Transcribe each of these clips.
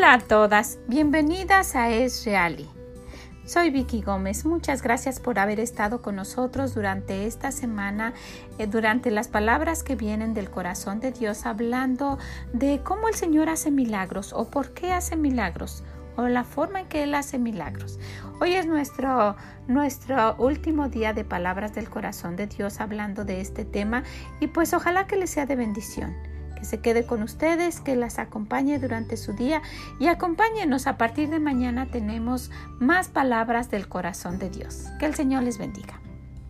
Hola a todas, bienvenidas a Es Reali. Soy Vicky Gómez, muchas gracias por haber estado con nosotros durante esta semana, durante las palabras que vienen del corazón de Dios, hablando de cómo el Señor hace milagros o por qué hace milagros o la forma en que Él hace milagros. Hoy es nuestro último día de palabras del corazón de Dios hablando de este tema y pues ojalá que les sea de bendición. Que se quede con ustedes, que las acompañe durante su día y acompáñenos. A partir de mañana tenemos más palabras del corazón de Dios. Que el Señor les bendiga.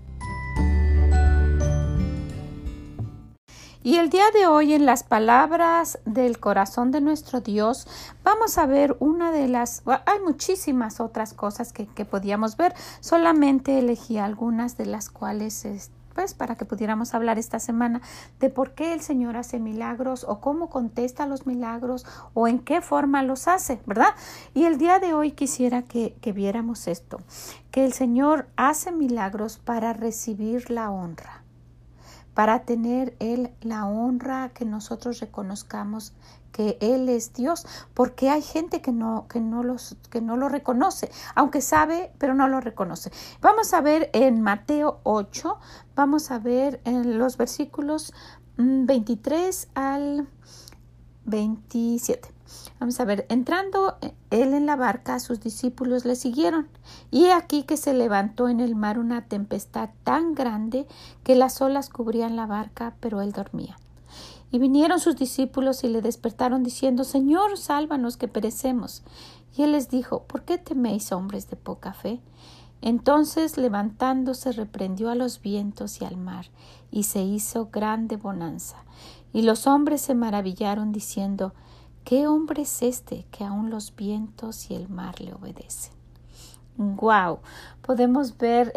Y el día de hoy en las palabras del corazón de nuestro Dios vamos a ver hay muchísimas otras cosas que podíamos ver. Solamente elegí algunas de las cuales para que pudiéramos hablar esta semana de por qué el Señor hace milagros o cómo contesta los milagros o en qué forma los hace, ¿verdad? Y el día de hoy quisiera que viéramos esto, que el Señor hace milagros para recibir la honra, para tener Él la honra, que nosotros reconozcamos que Él es Dios, porque hay gente que no lo reconoce, aunque sabe, pero no lo reconoce. Vamos a ver en Mateo 8, vamos a ver en los versículos 23 al 27. Vamos a ver, entrando Él en la barca, sus discípulos le siguieron. Y he aquí que se levantó en el mar una tempestad tan grande que las olas cubrían la barca, pero Él dormía. Y vinieron sus discípulos y le despertaron diciendo: Señor, sálvanos que perecemos. Y Él les dijo: ¿por qué teméis, hombres de poca fe? Entonces, levantándose, reprendió a los vientos y al mar, y se hizo grande bonanza. Y los hombres se maravillaron diciendo: ¿qué hombre es este que aun los vientos y el mar le obedecen? ¡Wow! Podemos ver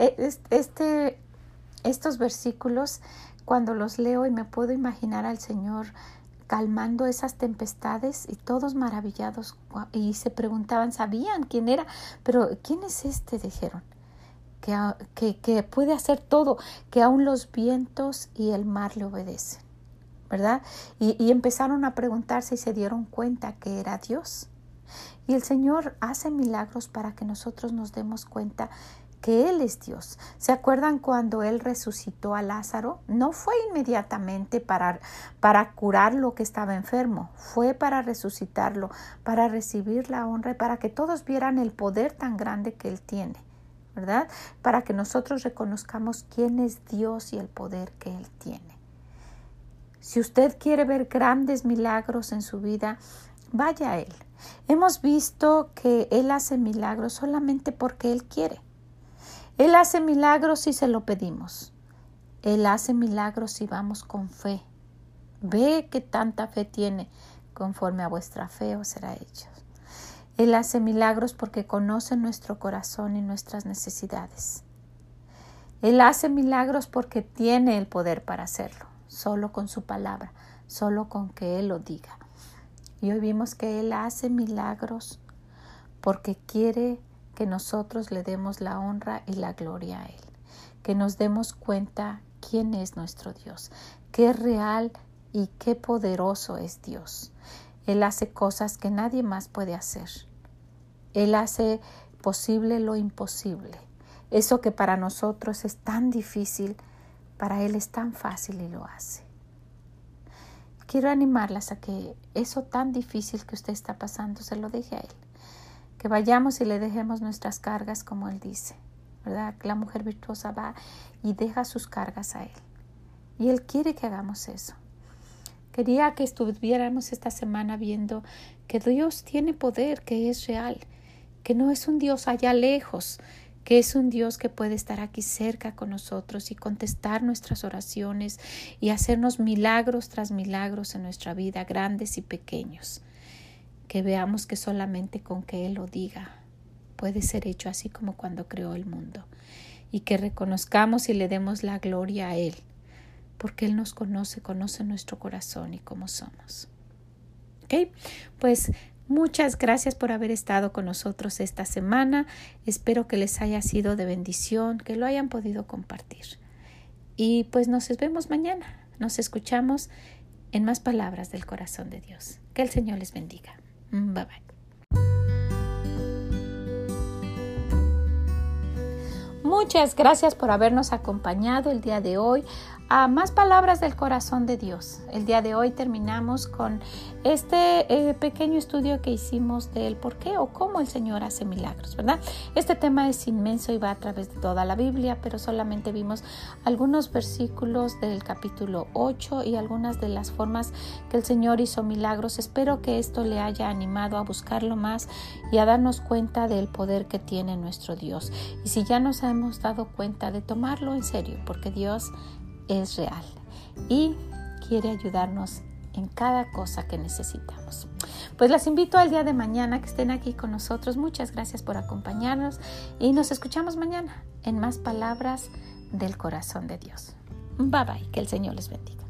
estos versículos cuando los leo y me puedo imaginar al Señor calmando esas tempestades y todos maravillados y se preguntaban, sabían quién era, pero ¿quién es este? Dijeron, que puede hacer todo, que aun los vientos y el mar le obedecen, ¿verdad? Y empezaron a preguntarse y se dieron cuenta que era Dios. Y el Señor hace milagros para que nosotros nos demos cuenta que Él es Dios. ¿Se acuerdan cuando Él resucitó a Lázaro? No fue inmediatamente para curar lo que estaba enfermo, fue para resucitarlo, para recibir la honra y para que todos vieran el poder tan grande que Él tiene, ¿verdad? Para que nosotros reconozcamos quién es Dios y el poder que Él tiene. Si usted quiere ver grandes milagros en su vida, vaya a Él. Hemos visto que Él hace milagros solamente porque Él quiere. Él hace milagros si se lo pedimos. Él hace milagros si vamos con fe. Ve que tanta fe tiene, conforme a vuestra fe os será hecho. Él hace milagros porque conoce nuestro corazón y nuestras necesidades. Él hace milagros porque tiene el poder para hacerlo, solo con su palabra, solo con que Él lo diga. Y hoy vimos que Él hace milagros porque quiere que nosotros le demos la honra y la gloria a Él, que nos demos cuenta quién es nuestro Dios, qué real y qué poderoso es Dios. Él hace cosas que nadie más puede hacer. Él hace posible lo imposible. Eso que para nosotros es tan difícil, para Él es tan fácil y lo hace. Quiero animarlas a que eso tan difícil que usted está pasando se lo deje a Él. Que vayamos y le dejemos nuestras cargas como Él dice, ¿verdad? La mujer virtuosa va y deja sus cargas a Él. Y Él quiere que hagamos eso. Quería que estuviéramos esta semana viendo que Dios tiene poder, que es real, que no es un Dios allá lejos, que es un Dios que puede estar aquí cerca con nosotros y contestar nuestras oraciones y hacernos milagros tras milagros en nuestra vida, grandes y pequeños. Que veamos que solamente con que Él lo diga puede ser hecho, así como cuando creó el mundo, y que reconozcamos y le demos la gloria a Él, porque Él nos conoce nuestro corazón y cómo somos. ¿Ok? Pues muchas gracias por haber estado con nosotros esta semana. Espero que les haya sido de bendición, que lo hayan podido compartir. Y pues nos vemos mañana. Nos escuchamos en más palabras del corazón de Dios. Que el Señor les bendiga. Bye bye. Muchas gracias por habernos acompañado el día de hoy a Más Palabras del Corazón de Dios. El día de hoy terminamos con este pequeño estudio que hicimos del por qué o cómo el Señor hace milagros, ¿verdad? Este tema es inmenso y va a través de toda la Biblia, pero solamente vimos algunos versículos del capítulo 8 y algunas de las formas que el Señor hizo milagros. Espero que esto le haya animado a buscarlo más y a darnos cuenta del poder que tiene nuestro Dios. Y si ya nos hemos dado cuenta, de tomarlo en serio, porque Dios es real y quiere ayudarnos en cada cosa que necesitamos. Pues las invito al día de mañana que estén aquí con nosotros. Muchas gracias por acompañarnos y nos escuchamos mañana en Más Palabras del Corazón de Dios. Bye bye, que el Señor les bendiga.